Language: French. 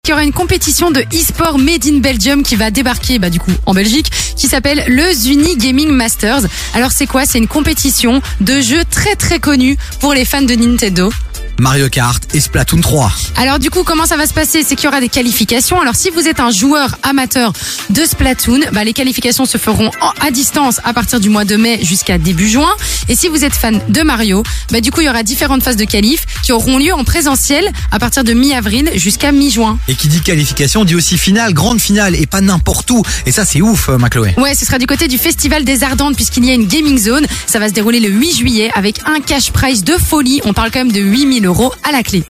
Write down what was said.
Il y aura une compétition de e-sport made in Belgium qui va débarquer du coup en Belgique, qui s'appelle le Zuni Gaming Masters. Alors c'est quoi ? C'est une compétition de jeux très très connus pour les fans de Nintendo. Mario Kart et Splatoon 3. Alors du coup, comment ça va se passer ? C'est qu'il y aura des qualifications. Alors si vous êtes un joueur amateur de Splatoon, les qualifications se feront à distance à partir du mois de mai jusqu'à début juin. Et si vous êtes fan de Mario, du coup il y aura différentes phases de qualif qui auront lieu en présentiel à partir de mi-avril jusqu'à mi-juin. Et qui dit qualification dit aussi finale, grande finale et pas n'importe où. Et ça c'est ouf, Chloé. Ouais, ce sera du côté du Festival des Ardentes puisqu'il y a une gaming zone. Ça va se dérouler le 8 juillet avec un cash prize de folie. On parle quand même de 8 000 € à la clé.